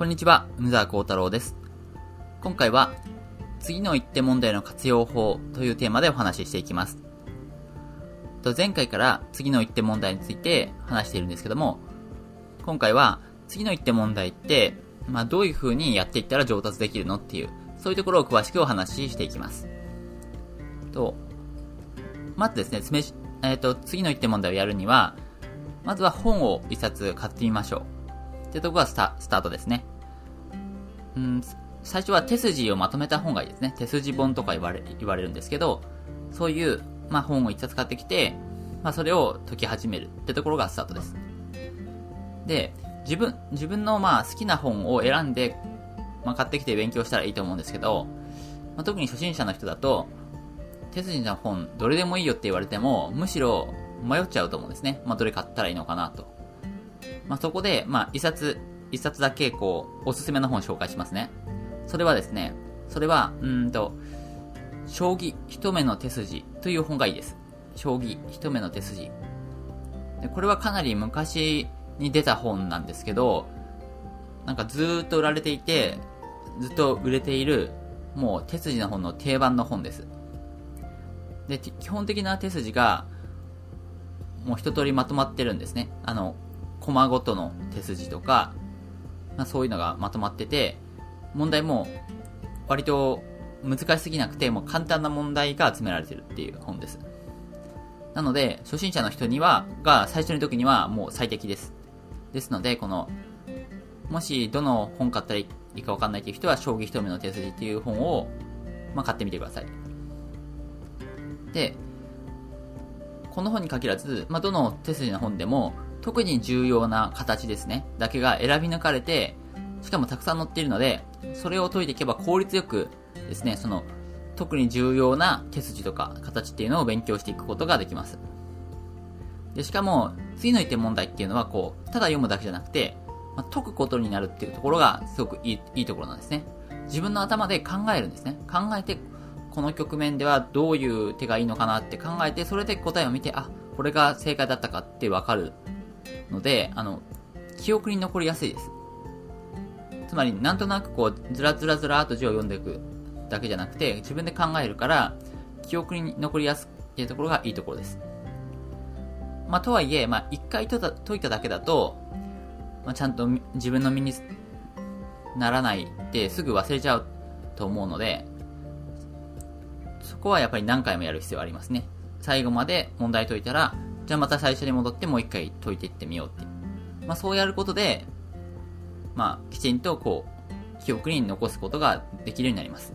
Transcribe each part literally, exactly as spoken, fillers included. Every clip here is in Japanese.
こんにちは、梅澤幸太郎です。今回は、次の一手問題の活用法というテーマでお話ししていきます。前回から次の一手問題について話しているんですけども、今回は次の一手問題って、まあ、どういう風にやっていったら上達できるのっていう、そういうところを詳しくお話ししていきます。と、まずですね、詰め、えっと、次の一手問題をやるには、まずは本を一冊買ってみましょう。ってとこがスタ、スタートですね。うん、最初は手筋をまとめた本がいいですね。手筋本とか言われ、言われるんですけど、そういう、まあ、本を一冊買ってきて、まあ、それを解き始めるってところがスタートです。で、自分、自分のまあ好きな本を選んで、まあ、買ってきて勉強したらいいと思うんですけど、まあ、特に初心者の人だと、手筋の本どれでもいいよって言われても、むしろ迷っちゃうと思うんですね。まあ、どれ買ったらいいのかなと。まあ、そこで、まあ、一冊、一冊だけ、こう、おすすめの本を紹介しますね。それはですね、それは、うーんと、将棋一目の手筋という本がいいです。将棋一目の手筋。で、これはかなり昔に出た本なんですけど、なんかずーっと売られていて、ずっと売れている、もう手筋の本の定番の本です。で、基本的な手筋が、もう一通りまとまってるんですね。あの、コマごとの手筋とか、まあ、そういうのがまとまってて、問題も割と難しすぎなくて、もう簡単な問題が集められてるっていう本です。なので、初心者の人には、が最初の時にはもう最適です。ですので、この、もしどの本買ったらいいかわかんないっていう人は、将棋一目の手筋っていう本を、まあ、買ってみてください。で、この本に限らず、まあ、どの手筋の本でも、特に重要な形ですね、だけが選び抜かれて、しかもたくさん載っているので、それを解いていけば効率よくですね、その、特に重要な手筋とか形っていうのを勉強していくことができます。で、しかも、次の一手問題っていうのは、こう、ただ読むだけじゃなくて、まあ、解くことになるっていうところが、すごくいい、いいところなんですね。自分の頭で考えるんですね。考えて、この局面ではどういう手がいいのかなって考えて、それで答えを見て、あ、これが正解だったかってわかるので、あの、記憶に残りやすいです。つまり、なんとなくこう、ずらずらずらーっと字を読んでいくだけじゃなくて、自分で考えるから、記憶に残りやすいっていうところがいいところです。まあ、とはいえ、まあ、一回解いた、解いただけだと、まあ、ちゃんと自分の身にならないってすぐ忘れちゃうと思うので、そこはやっぱり何回もやる必要がありますね。最後まで問題解いたら、じゃあまた最初に戻ってもう一回解いていってみようっていう。まあ、そうやることで、まあ、きちんとこう、記憶に残すことができるようになります。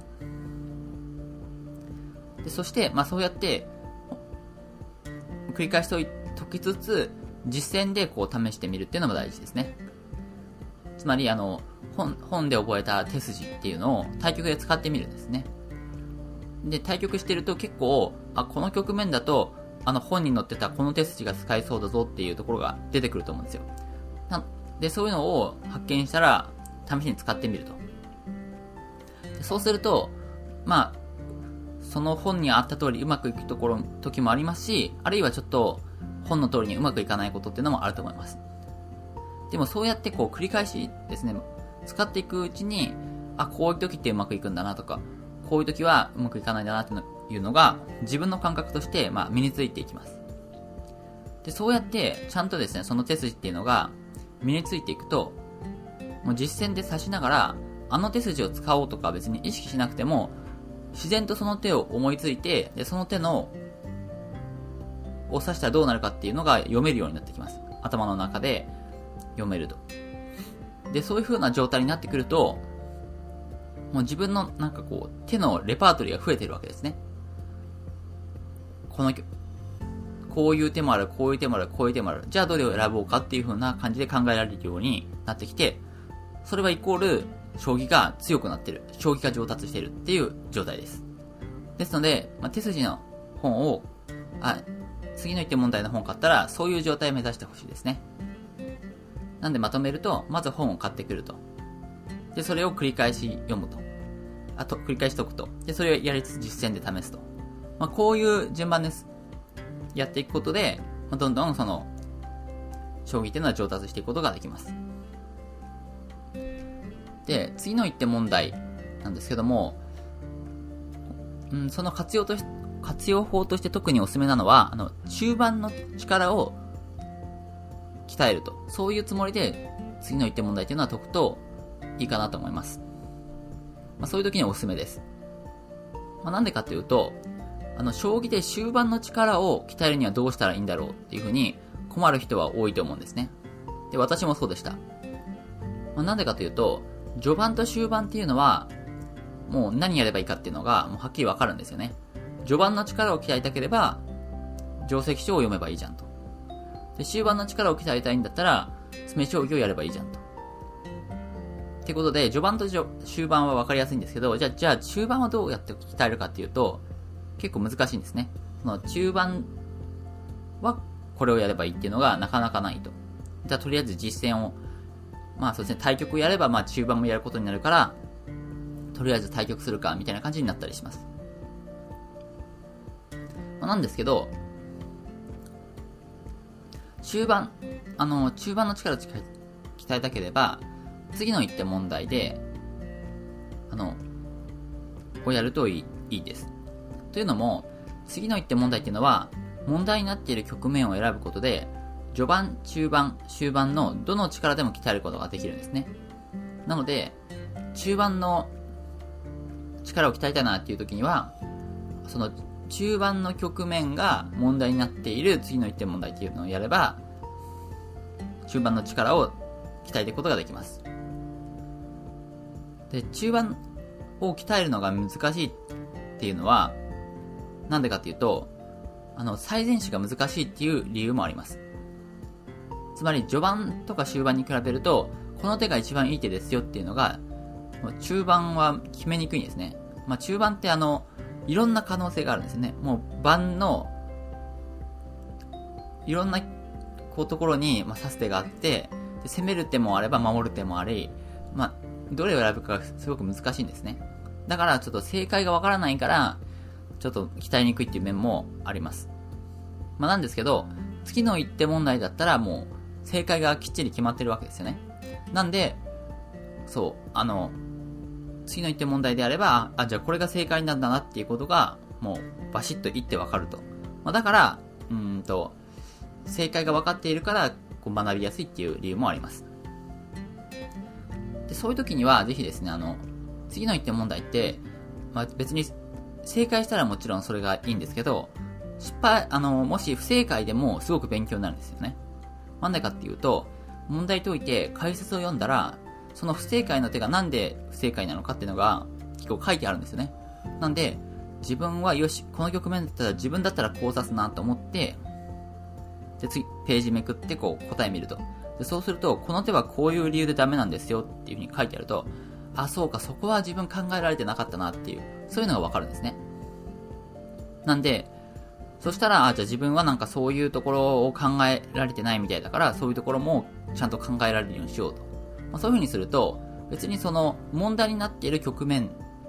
で、そして、まあそうやって、繰り返し解きつつ、実践でこう試してみるっていうのも大事ですね。つまり、あの、本、本で覚えた手筋っていうのを対局で使ってみるんですね。で、対局してると結構、あ、この局面だと、あの本に載ってたこの手筋が使えそうだぞっていうところが出てくると思うんですよ。で、そういうのを発見したら、試しに使ってみると。でそうすると、まあ、その本にあった通りうまくいくところ、時もありますし、あるいはちょっと、本の通りにうまくいかないことっていうのもあると思います。でもそうやってこう繰り返しですね、使っていくうちに、あ、こういう時ってうまくいくんだなとか、こういう時はうまくいかないんだなっていうのが、自分の感覚として、まあ、身についていきます。で、そうやって、ちゃんとですね、その手筋っていうのが、身についていくと、もう実践で指しながら、あの手筋を使おうとか別に意識しなくても、自然とその手を思いついて、で、その手の、を指したらどうなるかっていうのが読めるようになってきます。頭の中で読めると。で、そういう風な状態になってくると、もう自分のなんかこう、手のレパートリーが増えてるわけですね。この、こういう手もある、こういう手もある、こういう手もある。じゃあどれを選ぼうかっていう風な感じで考えられるようになってきて、それはイコール、将棋が強くなってる。将棋が上達しているっていう状態です。ですので、まあ、手筋の本を、あ、次の一手問題の本を買ったら、そういう状態を目指してほしいですね。なんでまとめると、まず本を買ってくると。で、それを繰り返し読むと。あと、繰り返し解くと。で、それをやりつつ実践で試すと。まあ、こういう順番です。やっていくことで、まあ、どんどんその、将棋っていうのは上達していくことができます。 で、次の一手問題なんですけども、うん、その活用とし、活用法として特におすすめなのは、あの、中盤の力を鍛えると。そういうつもりで、次の一手問題っていうのは解くといいかなと思います。まあ、そういう時におすすめです。まあ、なんでかっていうと、あの、将棋で終盤の力を鍛えるにはどうしたらいいんだろうっていうふうに困る人は多いと思うんですね。で、私もそうでした。まあ、なんでかというと、序盤と終盤っていうのは、もう何やればいいかっていうのが、もうはっきりわかるんですよね。序盤の力を鍛えたければ、定石書を読めばいいじゃんと。で、終盤の力を鍛えたいんだったら、詰将棋をやればいいじゃんと。ってことで、序盤と終盤はわかりやすいんですけど、じゃあ、じゃあ中盤はどうやって鍛えるかっていうと、結構難しいんですね。その中盤はこれをやればいいっていうのがなかなかないと。じゃあとりあえず実践を、まあそうですね、対局やればまあ中盤もやることになるから、とりあえず対局するかみたいな感じになったりします。まあ、なんですけど、中盤、あの、中盤の力を鍛えたければ、次の一手問題で、あの、をやるといい、いいです。というのも、次の一手問題っていうのは、問題になっている局面を選ぶことで、序盤、中盤、終盤のどの力でも鍛えることができるんですね。なので、中盤の力を鍛えたいなっていう時には、その中盤の局面が問題になっている次の一手問題っていうのをやれば、中盤の力を鍛えていくことができます。で、中盤を鍛えるのが難しいっていうのは、なんでかっていうと、あの、最善手が難しいっていう理由もあります。つまり、序盤とか終盤に比べると、この手が一番いい手ですよっていうのが、中盤は決めにくいんですね。まあ、中盤ってあの、いろんな可能性があるんですね。もう、盤の、いろんな、こう、ところに、まあ、指す手があって、で攻める手もあれば守る手もあり、まあ、どれを選ぶかがすごく難しいんですね。だから、ちょっと正解がわからないから、ちょっと鍛えにくいっていう面もあります。まあ、なんですけど、次の一手問題だったらもう正解がきっちり決まってるわけですよね。なんで、そう、あの、次の一手問題であれば、あ、じゃあこれが正解なんだなっていうことが、もうバシッと一手わかると。まあ、だから、うーんと、正解が分かっているから、こう学びやすいっていう理由もあります。で、そういう時には、ぜひですね、あの、次の一手問題って、まあ、別に、正解したらもちろんそれがいいんですけど、失敗、あの、もし不正解でもすごく勉強になるんですよね。なんでかっていうと、問題解いて解説を読んだら、その不正解の手がなんで不正解なのかっていうのが結構書いてあるんですよね。なんで、自分はよし、この局面だったら自分だったらこう指すなと思って、で、次、ページめくってこう答え見ると。で、そうすると、この手はこういう理由でダメなんですよっていう風に書いてあると、あ、そうか、そこは自分考えられてなかったなっていう、そういうのがわかるんですね。なんで、そしたら、あ、じゃあ自分はなんかそういうところを考えられてないみたいだから、そういうところもちゃんと考えられるようにしようと。まあ、そういう風にすると、別にその問題になっている局面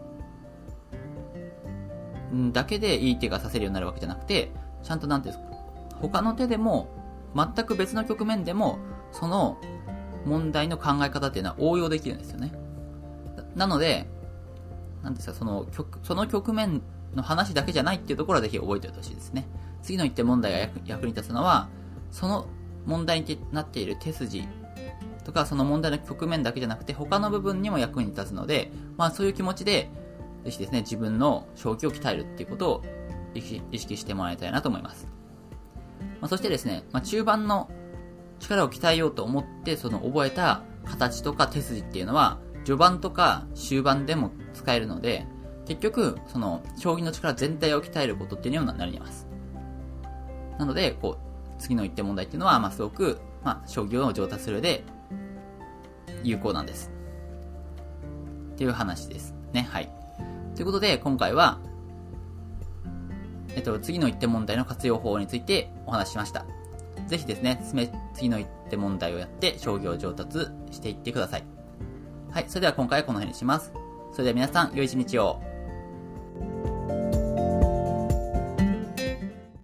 だけでいい手が指せるようになるわけじゃなくて、ちゃんとなんていうんですか、他の手でも、全く別の局面でも、その問題の考え方っていうのは応用できるんですよね。なので、なんですか、その局、その局面の話だけじゃないっていうところはぜひ覚えておいてほしいですね。次の一手問題が 役, 役に立つのは、その問題になっている手筋とか、その問題の局面だけじゃなくて、他の部分にも役に立つので、まあそういう気持ちで、ぜひですね、自分の将棋を鍛えるっていうことを意識、意識してもらいたいなと思います。まあ、そしてですね、まあ、中盤の力を鍛えようと思って、その覚えた形とか手筋っていうのは、序盤とか終盤でも使えるので、結局、その、将棋の力全体を鍛えることっていうようになります。なので、こう、次の一手問題っていうのは、まあ、すごく、まあ、将棋を上達する上で、有効なんです。っていう話ですね。はい。ということで、今回は、えっと、次の一手問題の活用法についてお話ししました。ぜひですね、次の一手問題をやって、将棋を上達していってください。はい。それでは今回はこの辺にします。それでは皆さん、良い一日を。